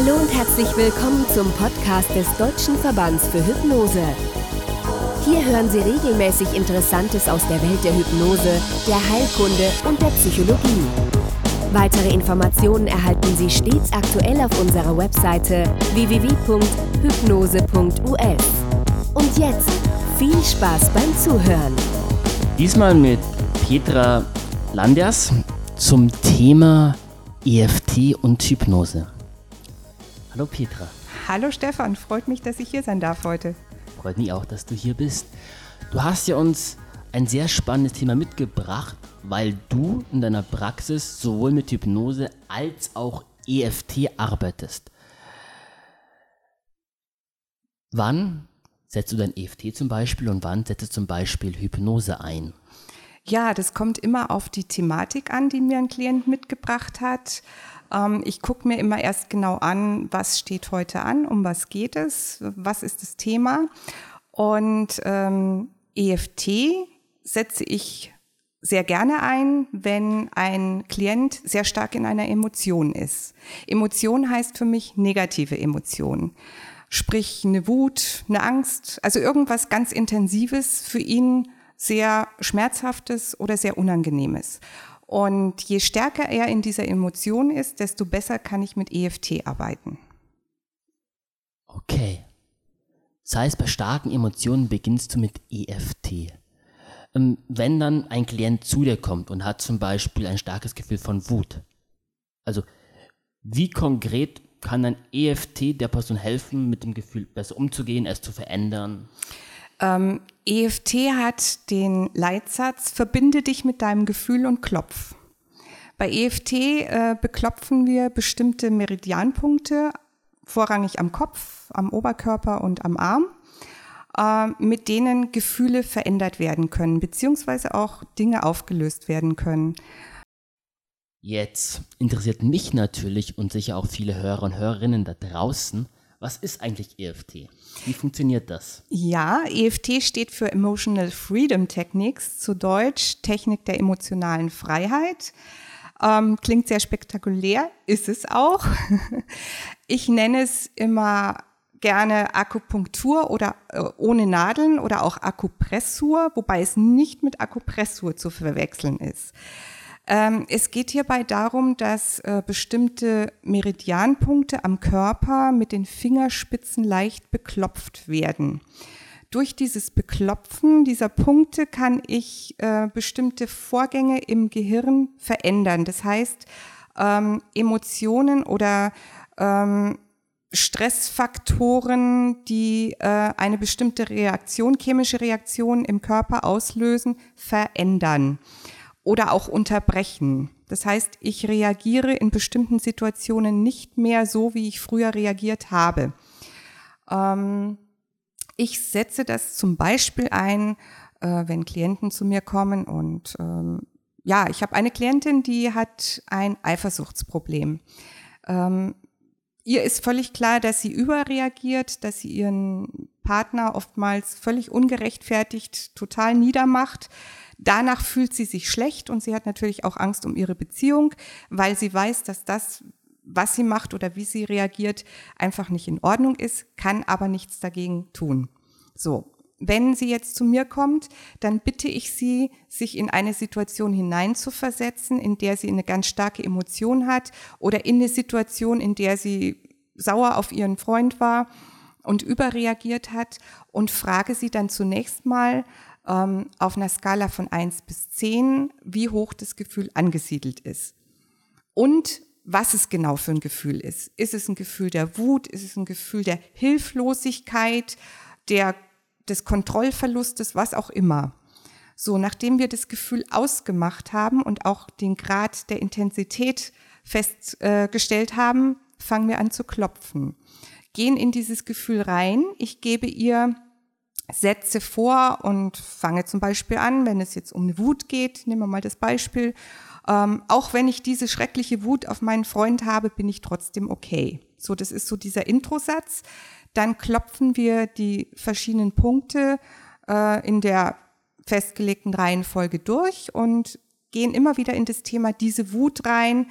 Hallo und herzlich willkommen zum Podcast des Deutschen Verbands für Hypnose. Hier hören Sie regelmäßig Interessantes aus der Welt der Hypnose, der Heilkunde und der Psychologie. Weitere Informationen erhalten Sie stets aktuell auf unserer Webseite www.hypnose.us. Und jetzt viel Spaß beim Zuhören. Diesmal mit Petra Landers zum Thema EFT und Hypnose. Hallo Petra. Hallo Stefan, freut mich, dass ich hier sein darf heute. Freut mich auch, dass du hier bist. Du hast ja uns ein sehr spannendes Thema mitgebracht, weil du in deiner Praxis sowohl mit Hypnose als auch EFT arbeitest. Wann setzt du dein EFT zum Beispiel und wann setzt du zum Beispiel Hypnose ein? Ja, das kommt immer auf die Thematik an, die mir ein Klient mitgebracht hat. Ich gucke mir immer erst genau an, was steht heute an, um was geht es, was ist das Thema. Und EFT setze ich sehr gerne ein, wenn ein Klient sehr stark in einer Emotion ist. Emotion heißt für mich negative Emotionen. Sprich eine Wut, eine Angst, also irgendwas ganz Intensives für ihn, sehr Schmerzhaftes oder sehr Unangenehmes. Und je stärker er in dieser Emotion ist, desto besser kann ich mit EFT arbeiten. Okay. Das heißt, bei starken Emotionen beginnst du mit EFT. Wenn dann ein Klient zu dir kommt und hat zum Beispiel ein starkes Gefühl von Wut, also wie konkret kann ein EFT der Person helfen, mit dem Gefühl besser umzugehen, es zu verändern? EFT hat den Leitsatz, verbinde dich mit deinem Gefühl und klopf. Bei EFT beklopfen wir bestimmte Meridianpunkte, vorrangig am Kopf, am Oberkörper und am Arm, mit denen Gefühle verändert werden können, beziehungsweise auch Dinge aufgelöst werden können. Jetzt interessiert mich natürlich und sicher auch viele Hörer und Hörerinnen da draußen, was ist eigentlich EFT? Wie funktioniert das? Ja, EFT steht für Emotional Freedom Techniques, zu Deutsch Technik der emotionalen Freiheit. Klingt sehr spektakulär, ist es auch. Ich nenne es immer gerne Akupunktur oder ohne Nadeln oder auch Akupressur, wobei es nicht mit Akupressur zu verwechseln ist. Es geht hierbei darum, dass bestimmte Meridianpunkte am Körper mit den Fingerspitzen leicht beklopft werden. Durch dieses Beklopfen dieser Punkte kann ich bestimmte Vorgänge im Gehirn verändern. Das heißt, Emotionen oder Stressfaktoren, die eine bestimmte Reaktion, chemische Reaktion im Körper auslösen, verändern. Oder auch unterbrechen. Das heißt, ich reagiere in bestimmten Situationen nicht mehr so, wie ich früher reagiert habe. Ich setze das zum Beispiel ein, wenn Klienten zu mir kommen und ich habe eine Klientin, die hat ein Eifersuchtsproblem. Ihr ist völlig klar, dass sie überreagiert, dass sie ihren Partner oftmals völlig ungerechtfertigt total niedermacht. Danach fühlt sie sich schlecht und sie hat natürlich auch Angst um ihre Beziehung, weil sie weiß, dass das, was sie macht oder wie sie reagiert, einfach nicht in Ordnung ist, kann aber nichts dagegen tun. So, wenn sie jetzt zu mir kommt, dann bitte ich sie, sich in eine Situation hineinzuversetzen, in der sie eine ganz starke Emotion hat oder in eine Situation, in der sie sauer auf ihren Freund war und überreagiert hat und frage sie dann zunächst mal, auf einer Skala von 1 bis 10, wie hoch das Gefühl angesiedelt ist. Und was es genau für ein Gefühl ist. Ist es ein Gefühl der Wut? Ist es ein Gefühl der Hilflosigkeit, des Kontrollverlustes, was auch immer. So, nachdem wir das Gefühl ausgemacht haben und auch den Grad der Intensität festgestellt haben, fangen wir an zu klopfen. Gehen in dieses Gefühl rein. Ich gebe ihr Sätze vor und fange zum Beispiel an, wenn es jetzt um eine Wut geht, nehmen wir mal das Beispiel, auch wenn ich diese schreckliche Wut auf meinen Freund habe, bin ich trotzdem okay. So, das ist so dieser Introsatz. Dann klopfen wir die verschiedenen Punkte in der festgelegten Reihenfolge durch und gehen immer wieder in das Thema diese Wut rein,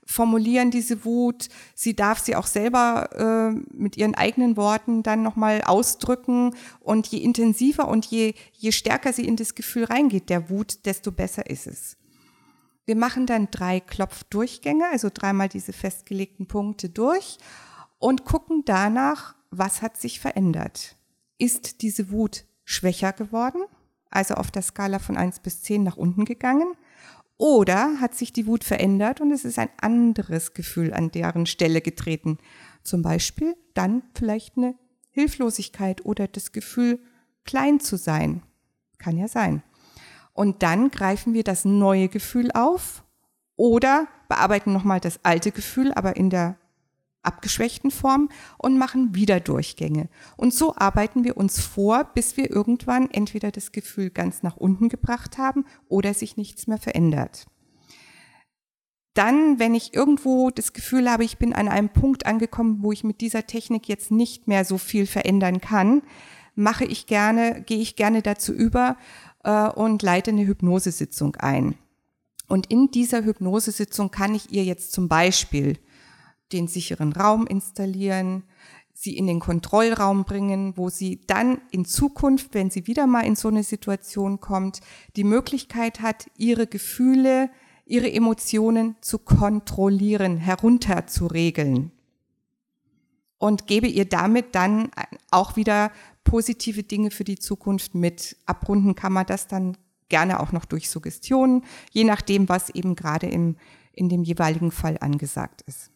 formulieren diese Wut. Sie darf sie auch selber mit ihren eigenen Worten dann nochmal ausdrücken. Und je intensiver und je stärker sie in das Gefühl reingeht, der Wut, desto besser ist es. Wir machen dann 3 Klopfdurchgänge, also 3-mal diese festgelegten Punkte durch und gucken danach, was hat sich verändert. Ist diese Wut schwächer geworden, also auf der Skala von 1 bis 10 nach unten gegangen? Oder hat sich die Wut verändert und es ist ein anderes Gefühl an deren Stelle getreten? Zum Beispiel dann vielleicht eine Hilflosigkeit oder das Gefühl, klein zu sein. Kann ja sein. Und dann greifen wir das neue Gefühl auf oder bearbeiten nochmal das alte Gefühl, aber in der abgeschwächten Form und machen wieder Durchgänge. Und so arbeiten wir uns vor, bis wir irgendwann entweder das Gefühl ganz nach unten gebracht haben oder sich nichts mehr verändert. Dann, wenn ich irgendwo das Gefühl habe, ich bin an einem Punkt angekommen, wo ich mit dieser Technik jetzt nicht mehr so viel verändern kann, gehe ich gerne dazu über und leite eine Hypnosesitzung ein. Und in dieser Hypnosesitzung kann ich ihr jetzt zum Beispiel den sicheren Raum installieren, sie in den Kontrollraum bringen, wo sie dann in Zukunft, wenn sie wieder mal in so eine Situation kommt, die Möglichkeit hat, ihre Gefühle, ihre Emotionen zu kontrollieren, herunterzuregeln. Und gebe ihr damit dann auch wieder positive Dinge für die Zukunft mit. Abrunden kann man das dann gerne auch noch durch Suggestionen, je nachdem, was eben gerade in dem jeweiligen Fall angesagt ist.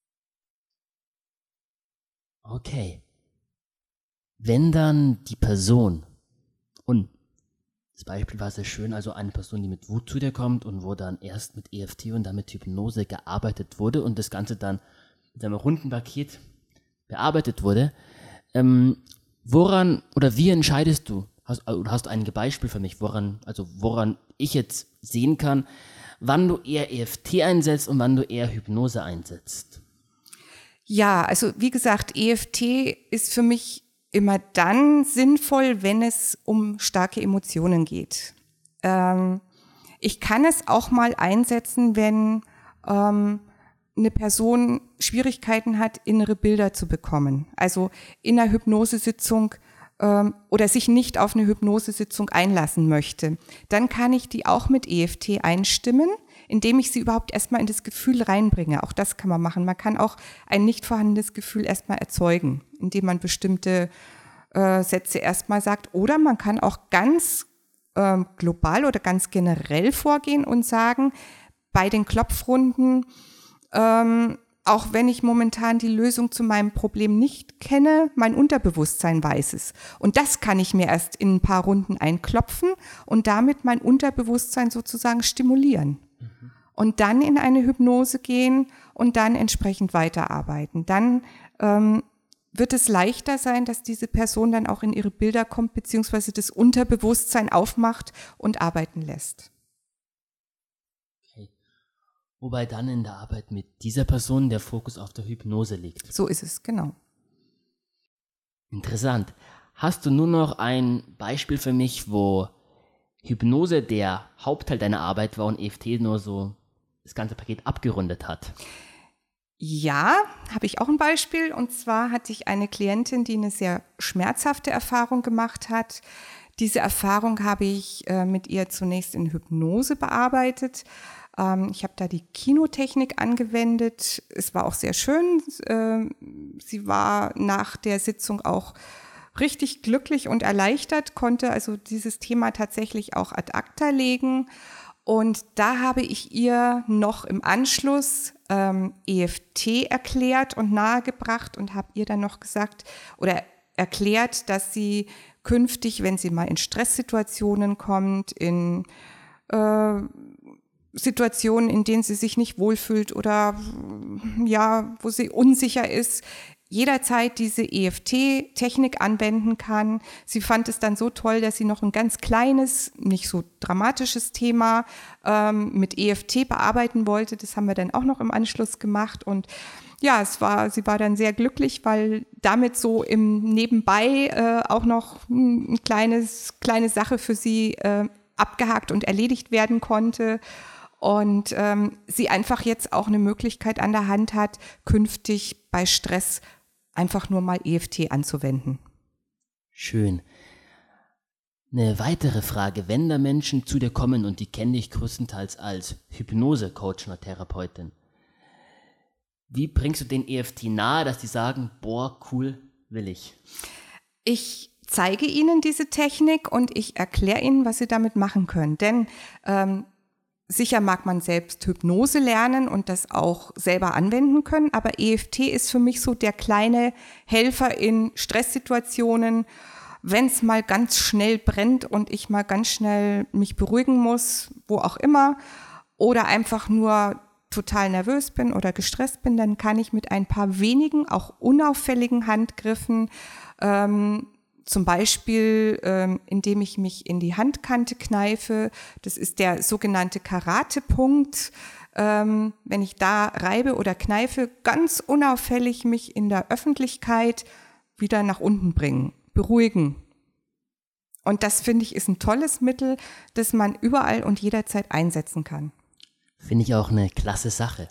Okay. Wenn dann die Person, und das Beispiel war sehr schön, also eine Person, die mit Wut zu dir kommt und wo dann erst mit EFT und dann mit Hypnose gearbeitet wurde und das Ganze dann mit einem runden Paket bearbeitet wurde, woran oder wie entscheidest du, hast du ein Beispiel für mich, woran ich jetzt sehen kann, wann du eher EFT einsetzt und wann du eher Hypnose einsetzt? Ja, also wie gesagt, EFT ist für mich immer dann sinnvoll, wenn es um starke Emotionen geht. Ich kann es auch mal einsetzen, wenn eine Person Schwierigkeiten hat, innere Bilder zu bekommen. Also in einer Hypnosesitzung oder sich nicht auf eine Hypnosesitzung einlassen möchte. Dann kann ich die auch mit EFT einstimmen, indem ich sie überhaupt erstmal in das Gefühl reinbringe. Auch das kann man machen. Man kann auch ein nicht vorhandenes Gefühl erstmal erzeugen, indem man bestimmte Sätze erstmal sagt. Oder man kann auch ganz global oder ganz generell vorgehen und sagen, bei den Klopfrunden, auch wenn ich momentan die Lösung zu meinem Problem nicht kenne, mein Unterbewusstsein weiß es. Und das kann ich mir erst in ein paar Runden einklopfen und damit mein Unterbewusstsein sozusagen stimulieren. Mhm. Und dann in eine Hypnose gehen und dann entsprechend weiterarbeiten. Dann wird es leichter sein, dass diese Person dann auch in ihre Bilder kommt, beziehungsweise das Unterbewusstsein aufmacht und arbeiten lässt. Wobei dann in der Arbeit mit dieser Person der Fokus auf der Hypnose liegt. So ist es, genau. Interessant. Hast du nur noch ein Beispiel für mich, wo Hypnose der Hauptteil deiner Arbeit war und EFT nur so das ganze Paket abgerundet hat? Ja, habe ich auch ein Beispiel. Und zwar hatte ich eine Klientin, die eine sehr schmerzhafte Erfahrung gemacht hat. Diese Erfahrung habe ich mit ihr zunächst in Hypnose bearbeitet. Ich habe da die Kinotechnik angewendet. Es war auch sehr schön. Sie war nach der Sitzung auch richtig glücklich und erleichtert, konnte also dieses Thema tatsächlich auch ad acta legen. Und da habe ich ihr noch im Anschluss EFT erklärt und nahegebracht und habe ihr dann noch gesagt oder erklärt, dass sie künftig, wenn sie mal in Stresssituationen kommt, in Situationen, in denen sie sich nicht wohlfühlt oder ja, wo sie unsicher ist, jederzeit diese EFT-Technik anwenden kann. Sie fand es dann so toll, dass sie noch ein ganz kleines, nicht so dramatisches Thema mit EFT bearbeiten wollte. Das haben wir dann auch noch im Anschluss gemacht und ja, sie war dann sehr glücklich, weil damit so im Nebenbei auch noch eine kleine Sache für sie abgehakt und erledigt werden konnte. und sie einfach jetzt auch eine Möglichkeit an der Hand hat, künftig bei Stress einfach nur mal EFT anzuwenden. Schön. Eine weitere Frage, wenn da Menschen zu dir kommen und die kennen dich größtenteils als Hypnose-Coach oder Therapeutin, wie bringst du den EFT nahe, dass die sagen, boah, cool, will ich? Ich zeige ihnen diese Technik und ich erkläre ihnen, was sie damit machen können. Denn sicher mag man selbst Hypnose lernen und das auch selber anwenden können, aber EFT ist für mich so der kleine Helfer in Stresssituationen, wenn es mal ganz schnell brennt und ich mal ganz schnell mich beruhigen muss, wo auch immer, oder einfach nur total nervös bin oder gestresst bin, dann kann ich mit ein paar wenigen, auch unauffälligen Handgriffen, zum Beispiel, indem ich mich in die Handkante kneife, das ist der sogenannte Karate-Punkt, wenn ich da reibe oder kneife, ganz unauffällig mich in der Öffentlichkeit wieder nach unten bringen. Beruhigen. Und das, finde ich, ist ein tolles Mittel, das man überall und jederzeit einsetzen kann. Finde ich auch eine klasse Sache.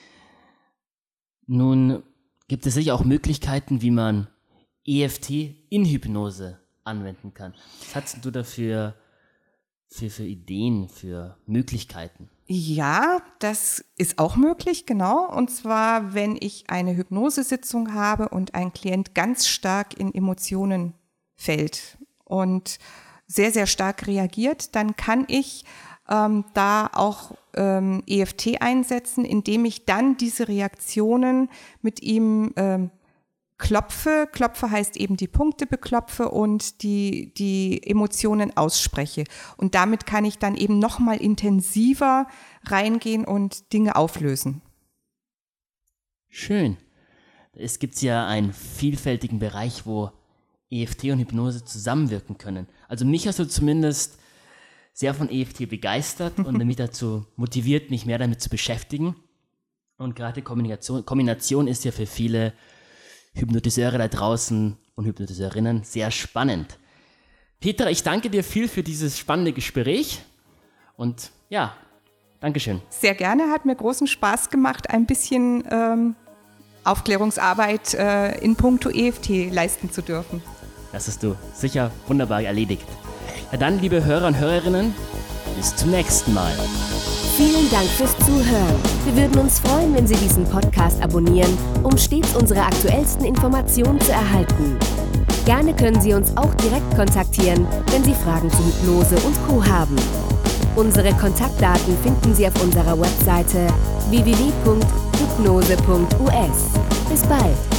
Nun gibt es sicher auch Möglichkeiten, wie man EFT in Hypnose anwenden kann. Was hast du dafür für Ideen, für Möglichkeiten? Ja, das ist auch möglich, genau. Und zwar, wenn ich eine Hypnosesitzung habe und ein Klient ganz stark in Emotionen fällt und sehr, sehr stark reagiert, dann kann ich da auch EFT einsetzen, indem ich dann diese Reaktionen mit ihm klopfe. Klopfe heißt eben die Punkte beklopfe und die Emotionen ausspreche. Und damit kann ich dann eben noch mal intensiver reingehen und Dinge auflösen. Schön. Es gibt ja einen vielfältigen Bereich, wo EFT und Hypnose zusammenwirken können. Also mich hast du zumindest sehr von EFT begeistert und mich dazu motiviert, mich mehr damit zu beschäftigen. Und gerade Kombination ist ja für viele Hypnotiseure da draußen und Hypnotiseurinnen sehr spannend. Petra, ich danke dir viel für dieses spannende Gespräch und ja, Dankeschön. Sehr gerne, hat mir großen Spaß gemacht, ein bisschen Aufklärungsarbeit in puncto EFT leisten zu dürfen. Das hast du sicher wunderbar erledigt. Ja, dann, liebe Hörer und Hörerinnen, bis zum nächsten Mal. Vielen Dank fürs Zuhören. Wir würden uns freuen, wenn Sie diesen Podcast abonnieren, um stets unsere aktuellsten Informationen zu erhalten. Gerne können Sie uns auch direkt kontaktieren, wenn Sie Fragen zu Hypnose und Co. haben. Unsere Kontaktdaten finden Sie auf unserer Webseite www.hypnose.us. Bis bald!